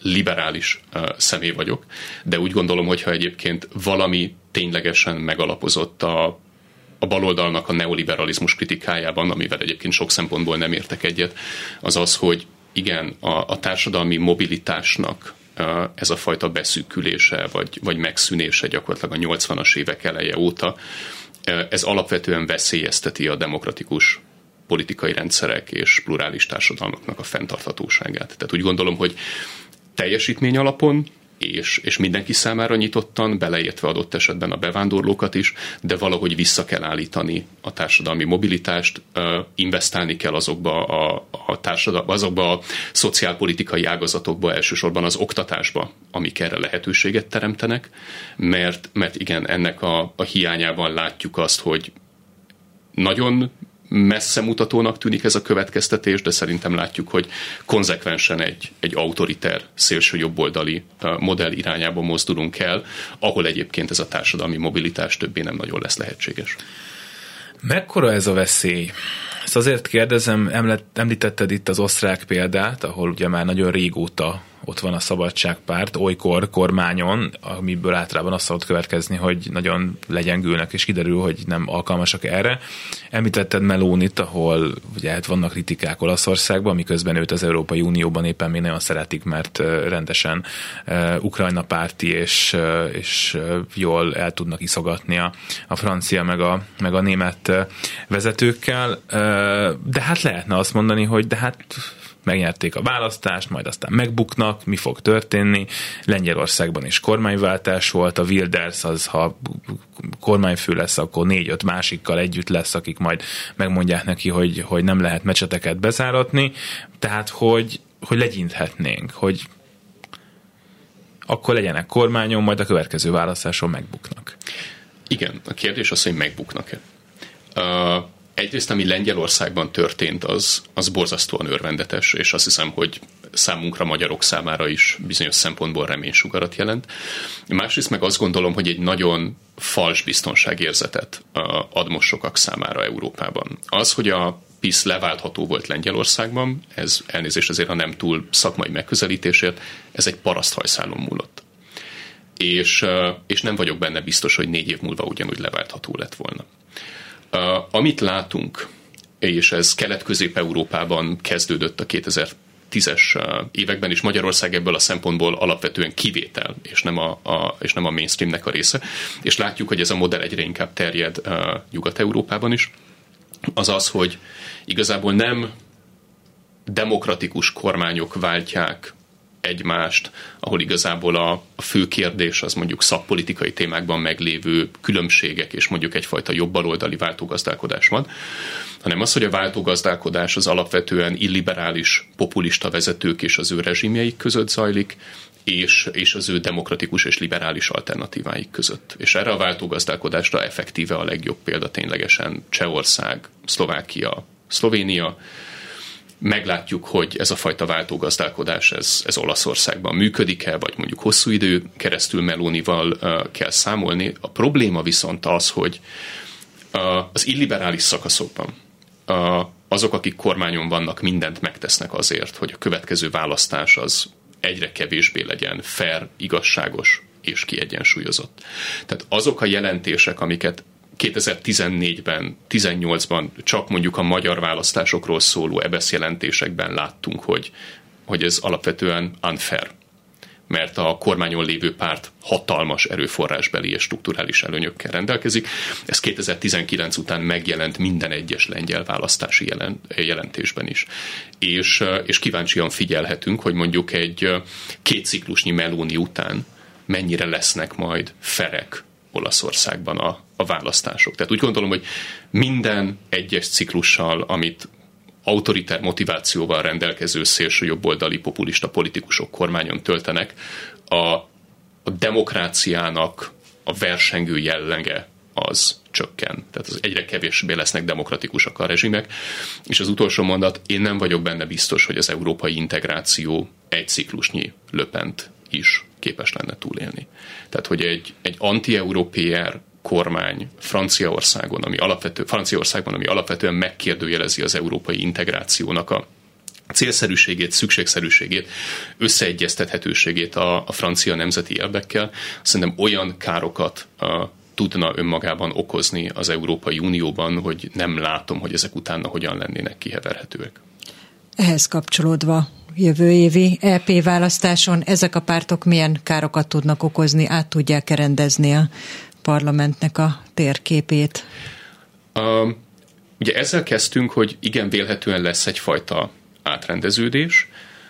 liberális személy vagyok, de úgy gondolom, hogyha egyébként valami ténylegesen megalapozott a baloldalnak a neoliberalizmus kritikájában, amivel egyébként sok szempontból nem értek egyet, az az, hogy igen, a társadalmi mobilitásnak ez a fajta beszűkülése, vagy megszűnése gyakorlatilag a 80-as évek eleje óta, ez alapvetően veszélyezteti a demokratikus politikai rendszerek és plurális társadalmaknak a fenntarthatóságát. Tehát úgy gondolom, hogy teljesítmény alapon és mindenki számára nyitottan, beleértve adott esetben a bevándorlókat is, de valahogy vissza kell állítani a társadalmi mobilitást, investálni kell azokba azokba a szociálpolitikai ágazatokba, elsősorban az oktatásba, amik erre lehetőséget teremtenek, mert igen, ennek a hiányában látjuk azt, hogy nagyon messze mutatónak tűnik ez a következtetés, de szerintem látjuk, hogy konzekvensen egy autoriter, szélső jobboldali modell irányába mozdulunk el, ahol egyébként ez a társadalmi mobilitás többé nem nagyon lesz lehetséges. Mekkora ez a veszély? Ezt azért kérdezem, említetted itt az osztrák példát, ahol ugye már nagyon régóta ott van a Szabadságpárt, olykor kormányon, amiből általában azt szokott következni, hogy nagyon legyengülnek, és kiderül, hogy nem alkalmasak erre. Említetted Melonit, ahol ugye vannak kritikák Olaszországban, miközben őt az Európai Unióban éppen még nagyon szeretik, mert rendesen Ukrajna párti, és jól el tudnak iszogatni a francia meg a német vezetőkkel. De hát lehetne azt mondani, hogy de hát megnyerték a választást, majd aztán megbuknak, mi fog történni. Lengyelországban is kormányváltás volt, a Wilders az, ha kormányfő lesz, akkor 4-5 másikkal együtt lesz, akik majd megmondják neki, hogy nem lehet mecseteket bezáratni. Tehát, hogy legyinthetnénk, hogy akkor legyenek kormányon, majd a következő választáson megbuknak. Igen, a kérdés az, hogy megbuknak-e. Egyrészt, ami Lengyelországban történt, az borzasztóan örvendetes, és azt hiszem, hogy számunkra, magyarok számára is bizonyos szempontból reménysugarat jelent. Másrészt meg azt gondolom, hogy egy nagyon fals biztonságérzetet ad most sokak számára Európában. Az, hogy a PiS leváltható volt Lengyelországban, ez elnézést azért, ha nem túl szakmai megközelítésért, ez egy paraszthajszálon múlott. És nem vagyok benne biztos, hogy 4 év múlva ugyanúgy leváltható lett volna. Amit látunk, és ez Kelet-Közép-Európában kezdődött a 2010-es években, és Magyarország ebből a szempontból alapvetően kivétel, és nem a mainstreamnek a része, és látjuk, hogy ez a modell egyre inkább terjed Nyugat-Európában is, az az, hogy igazából nem demokratikus kormányok váltják egymást, ahol igazából a fő kérdés az mondjuk szakpolitikai témákban meglévő különbségek és mondjuk egyfajta jobbaloldali váltógazdálkodás van, hanem az, hogy a váltógazdálkodás az alapvetően illiberális, populista vezetők és az ő rezsimjeik között zajlik, és az ő demokratikus és liberális alternatíváik között. És erre a váltógazdálkodásra effektíve a legjobb példa ténylegesen Csehország, Szlovákia, Szlovénia. Meglátjuk, hogy ez a fajta váltógazdálkodás, ez Olaszországban működik-e, vagy mondjuk hosszú idő keresztül Melonival kell számolni. A probléma viszont az, hogy az illiberális szakaszokban azok, akik kormányon vannak, mindent megtesznek azért, hogy a következő választás az egyre kevésbé legyen fair, igazságos és kiegyensúlyozott. Tehát azok a jelentések, amiket 2014-ben, 18-ban csak mondjuk a magyar választásokról szóló EBESZ jelentésekben láttunk, hogy ez alapvetően unfair, mert a kormányon lévő párt hatalmas erőforrásbeli és strukturális előnyökkel rendelkezik. Ez 2019 után megjelent minden egyes lengyel választási jelentésben is. És kíváncsian figyelhetünk, hogy mondjuk egy 2 ciklusnyi Meloni után mennyire lesznek majd ferek Olaszországban a választások. Tehát úgy gondolom, hogy minden egyes ciklussal, amit autoriter motivációval rendelkező szélsőjobboldali populista politikusok kormányon töltenek, a demokráciának a versengő jellege az csökken. Tehát az egyre kevésbé lesznek demokratikusak a rezsimek. És az utolsó mondat, én nem vagyok benne biztos, hogy az európai integráció egy ciklusnyi Le Pent is képes lenne túlélni. Tehát, hogy egy anti-európér kormány Franciaországban, ami alapvetően megkérdőjelezi az európai integrációnak célszerűségét, szükségszerűségét, összeegyeztethetőségét a francia nemzeti érdekkel, szerintem olyan károkat tudna önmagában okozni az Európai Unióban, hogy nem látom, hogy ezek utána hogyan lennének kiheverhetőek. Ehhez kapcsolódva jövő évi EP választáson ezek a pártok milyen károkat tudnak okozni, át tudják rendezni a parlamentnek a térképét? Ugye ezzel kezdtünk, hogy igen, vélhetően lesz egyfajta átrendeződés.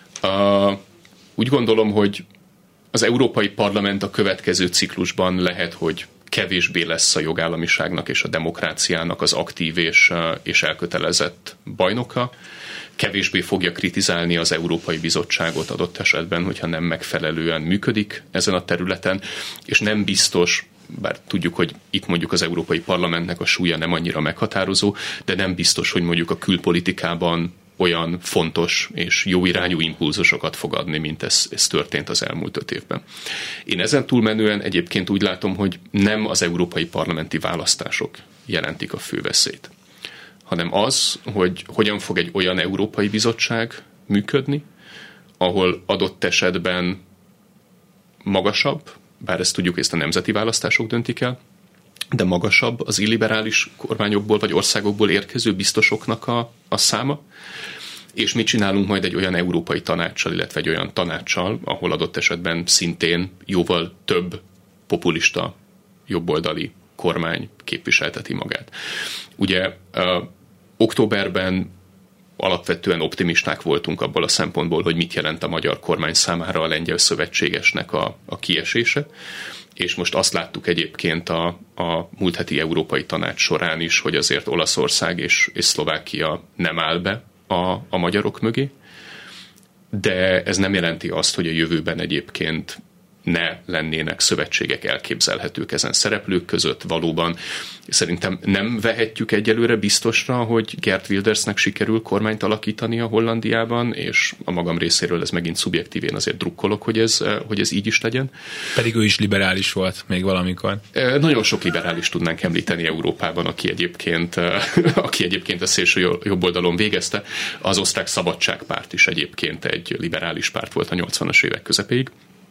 Úgy gondolom, hogy az Európai Parlament a következő ciklusban lehet, hogy kevésbé lesz a jogállamiságnak és a demokráciának az aktív és elkötelezett bajnoka, kevésbé fogja kritizálni az Európai Bizottságot adott esetben, hogyha nem megfelelően működik ezen a területen, és nem biztos, bár tudjuk, hogy itt mondjuk az Európai Parlamentnek a súlya nem annyira meghatározó, de nem biztos, hogy mondjuk a külpolitikában olyan fontos és jó irányú impulzusokat fog adni, mint ez történt az elmúlt 5 évben. Én ezen túlmenően egyébként úgy látom, hogy nem az európai parlamenti választások jelentik a fő veszélyt, hanem az, hogy hogyan fog egy olyan Európai Bizottság működni, ahol adott esetben magasabb, bár ezt tudjuk, ezt a nemzeti választások döntik el, de magasabb az illiberális kormányokból vagy országokból érkező biztosoknak a száma, és mit csinálunk majd egy olyan európai tanácssal, illetve egy olyan tanácssal, ahol adott esetben szintén jóval több populista jobboldali kormány képviselteti magát. Ugye októberben alapvetően optimisták voltunk abból a szempontból, hogy mit jelent a magyar kormány számára a lengyel szövetségesnek a kiesése, és most azt láttuk egyébként a múlt heti Európai Tanács során is, hogy azért Olaszország és Szlovákia nem áll be a magyarok mögé, de ez nem jelenti azt, hogy a jövőben egyébként ne lennének szövetségek elképzelhetők ezen szereplők között. Valóban szerintem nem vehetjük egyelőre biztosra, hogy Geert Wildersnek sikerül kormányt alakítani a Hollandiában, és a magam részéről ez megint szubjektív, én azért drukkolok, hogy ez így is legyen. Pedig ő is liberális volt még valamikor. Nagyon sok liberális tudnánk említeni Európában, aki egyébként a szélső jobb oldalon végezte. Az osztrák Szabadságpárt is egyébként egy liberális párt volt a 80-as évek közepéig.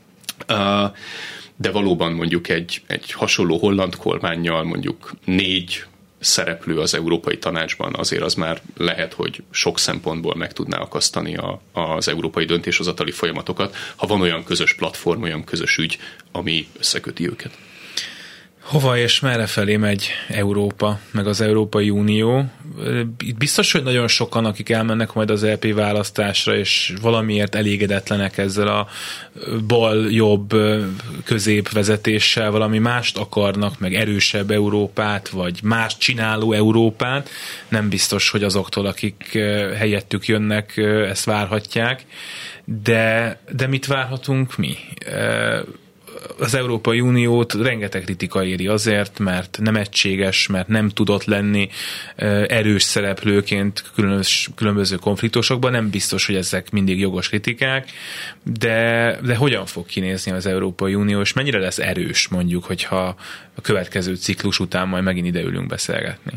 De valóban mondjuk egy hasonló holland kormánnyal mondjuk 4 szereplő az Európai Tanácsban, azért az már lehet, hogy sok szempontból meg tudná akasztani az európai döntéshozatali folyamatokat, ha van olyan közös platform, olyan közös ügy, ami összeköti őket. Hova és merre felé megy Európa, meg az Európai Unió? Itt biztos, hogy nagyon sokan, akik elmennek majd az EP választásra, és valamiért elégedetlenek ezzel a bal-jobb középvezetéssel, valami mást akarnak, meg erősebb Európát, vagy más csináló Európát. Nem biztos, hogy azoktól, akik helyettük jönnek, ezt várhatják. De mit várhatunk mi? Az Európai Uniót rengeteg kritika éri azért, mert nem egységes, mert nem tudott lenni erős szereplőként különböző konfliktusokban. Nem biztos, hogy ezek mindig jogos kritikák, de hogyan fog kinézni az Európai Unió, és mennyire lesz erős, mondjuk, hogyha a következő ciklus után majd megint ideülünk beszélgetni?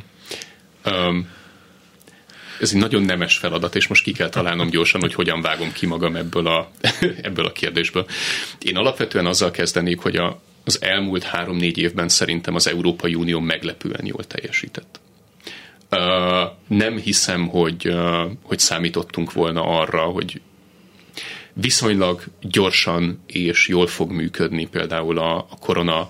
Ez egy nagyon nemes feladat, és most ki kell találnom gyorsan, hogy hogyan vágom ki magam ebből a kérdésből. Én alapvetően azzal kezdenék, hogy az elmúlt 3-4 évben szerintem az Európai Unió meglepően jól teljesített. Nem hiszem, hogy számítottunk volna arra, hogy viszonylag gyorsan és jól fog működni például a korona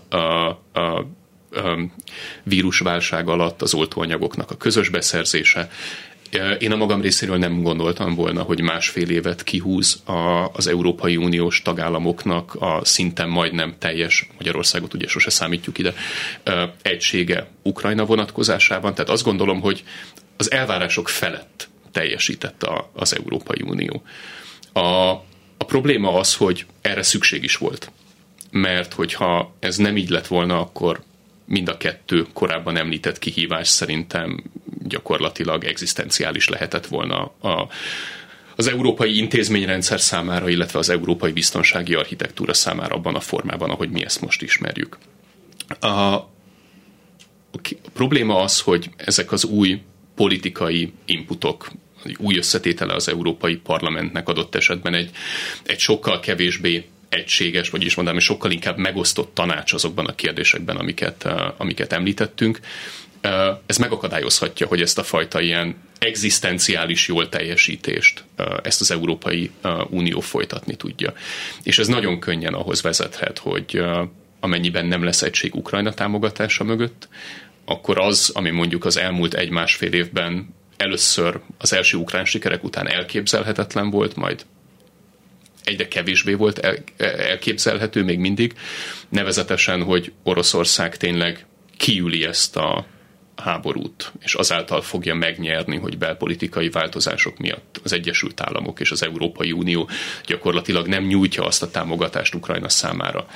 vírusválság alatt az oltóanyagoknak a közös beszerzése. Én a magam részéről nem gondoltam volna, hogy 1,5 évet kihúz az Európai Uniós tagállamoknak a szinten majdnem teljes, Magyarországot ugye sose számítjuk ide, egysége Ukrajna vonatkozásában. Tehát azt gondolom, hogy az elvárások felett teljesített az Európai Unió. A probléma az, hogy erre szükség is volt. Mert hogyha ez nem így lett volna, akkor mind a 2 korábban említett kihívás szerintem gyakorlatilag egzisztenciális lehetett volna az európai intézményrendszer számára, illetve az európai biztonsági architektúra számára abban a formában, ahogy mi ezt most ismerjük. A probléma az, hogy ezek az új politikai inputok új összetétele az Európai Parlamentnek adott esetben egy sokkal kevésbé egységes, vagyis mondanám, sokkal inkább megosztott tanács azokban a kérdésekben, amiket említettünk. Ez megakadályozhatja, hogy ezt a fajta ilyen egzisztenciális jól teljesítést ezt az Európai Unió folytatni tudja. És ez nagyon könnyen ahhoz vezethet, hogy amennyiben nem lesz egység Ukrajna támogatása mögött, akkor az, ami mondjuk az elmúlt 1-1,5 évben először az első ukrán sikerek után elképzelhetetlen volt, majd egyre kevésbé volt elképzelhető még mindig, nevezetesen, hogy Oroszország tényleg kiüli ezt a háborút, és azáltal fogja megnyerni, hogy belpolitikai változások miatt az Egyesült Államok és az Európai Unió gyakorlatilag nem nyújtja azt a támogatást Ukrajna számára,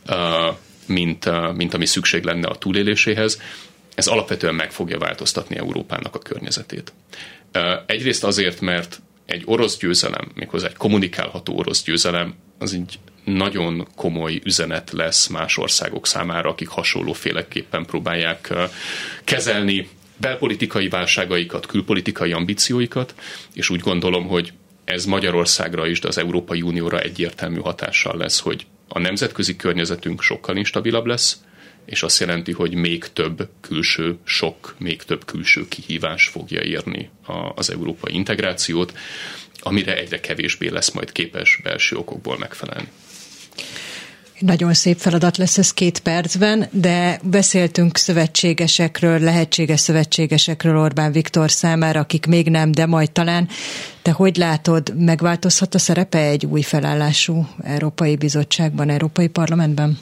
mint ami szükség lenne a túléléséhez. Ez alapvetően meg fogja változtatni Európának a környezetét. Egyrészt azért, mert egy orosz győzelem, méghozzá egy kommunikálható orosz győzelem, az egy nagyon komoly üzenet lesz más országok számára, akik hasonlóféleképpen próbálják kezelni belpolitikai válságaikat, külpolitikai ambícióikat, és úgy gondolom, hogy ez Magyarországra is, de az Európai Unióra egyértelmű hatással lesz, hogy a nemzetközi környezetünk sokkal instabilabb lesz, és azt jelenti, hogy még több külső sok, még több külső kihívás fogja érni az európai integrációt, amire egyre kevésbé lesz majd képes belső okokból megfelelni. Nagyon szép feladat lesz ez 2 percben, de beszéltünk szövetségesekről, lehetséges szövetségesekről Orbán Viktor számára, akik még nem, de majd talán. Te hogy látod, megváltozhat a szerepe egy új felállású Európai Bizottságban, Európai Parlamentben?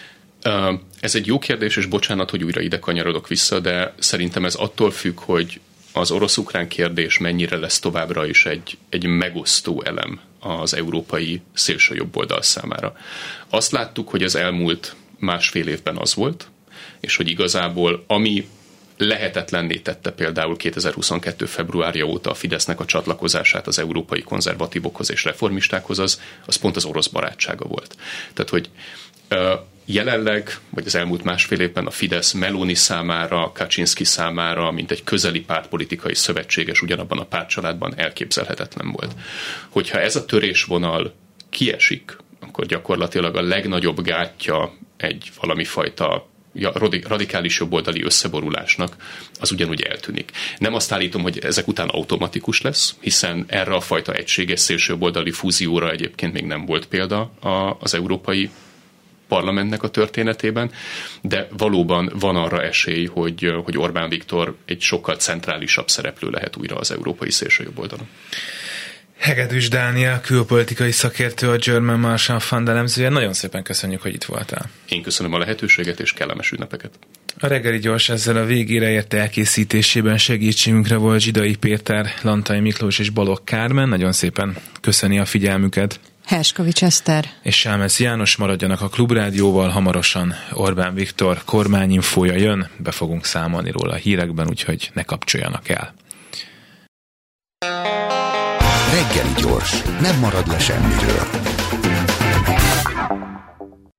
Ez egy jó kérdés, és bocsánat, hogy újra ide kanyarodok vissza, de szerintem ez attól függ, hogy az orosz-ukrán kérdés mennyire lesz továbbra is egy megosztó elem az európai szélső jobboldal számára. Azt láttuk, hogy az elmúlt 1,5 évben az volt, és hogy igazából ami lehetetlenné tette például 2022. februárja óta a Fidesznek a csatlakozását az európai konzervatívokhoz és reformistákhoz, az pont az orosz barátsága volt. Tehát, hogy jelenleg, vagy az elmúlt 1,5 évben a Fidesz Meloni számára, Kaczynszki számára, mint egy közeli pártpolitikai szövetséges ugyanabban a pártcsaládban elképzelhetetlen volt. Hogyha ez a törésvonal kiesik, akkor gyakorlatilag a legnagyobb gátja egy valami fajta radikális jobboldali összeborulásnak, az ugyanúgy eltűnik. Nem azt állítom, hogy ezek után automatikus lesz, hiszen erre a fajta egységes szélsőjobboldali fúzióra egyébként még nem volt példa az Európai Parlamentnek a történetében, de valóban van arra esély, hogy Orbán Viktor egy sokkal centrálisabb szereplő lehet újra az európai szélsőjobboldalon. Hegedűs Dániel, külpolitikai szakértő, a German Marshall Fund elemzője. Nagyon szépen köszönjük, hogy itt voltál. Én köszönöm a lehetőséget, és kellemes ünnepeket. A reggeli gyors ezzel a végére ért elkészítésében segítségünkre volt Zsidai Péter, Lantai Miklós és Balogh Kármen. Nagyon szépen köszöni a figyelmüket. Herskovics Eszter és Sámesz János. Maradjanak a Klubrádióval, hamarosan Orbán Viktor kormányinfója jön, be fogunk számolni róla a hírekben, úgyhogy ne kapcsoljanak el. Reggeli gyors, nem marad le semmiről.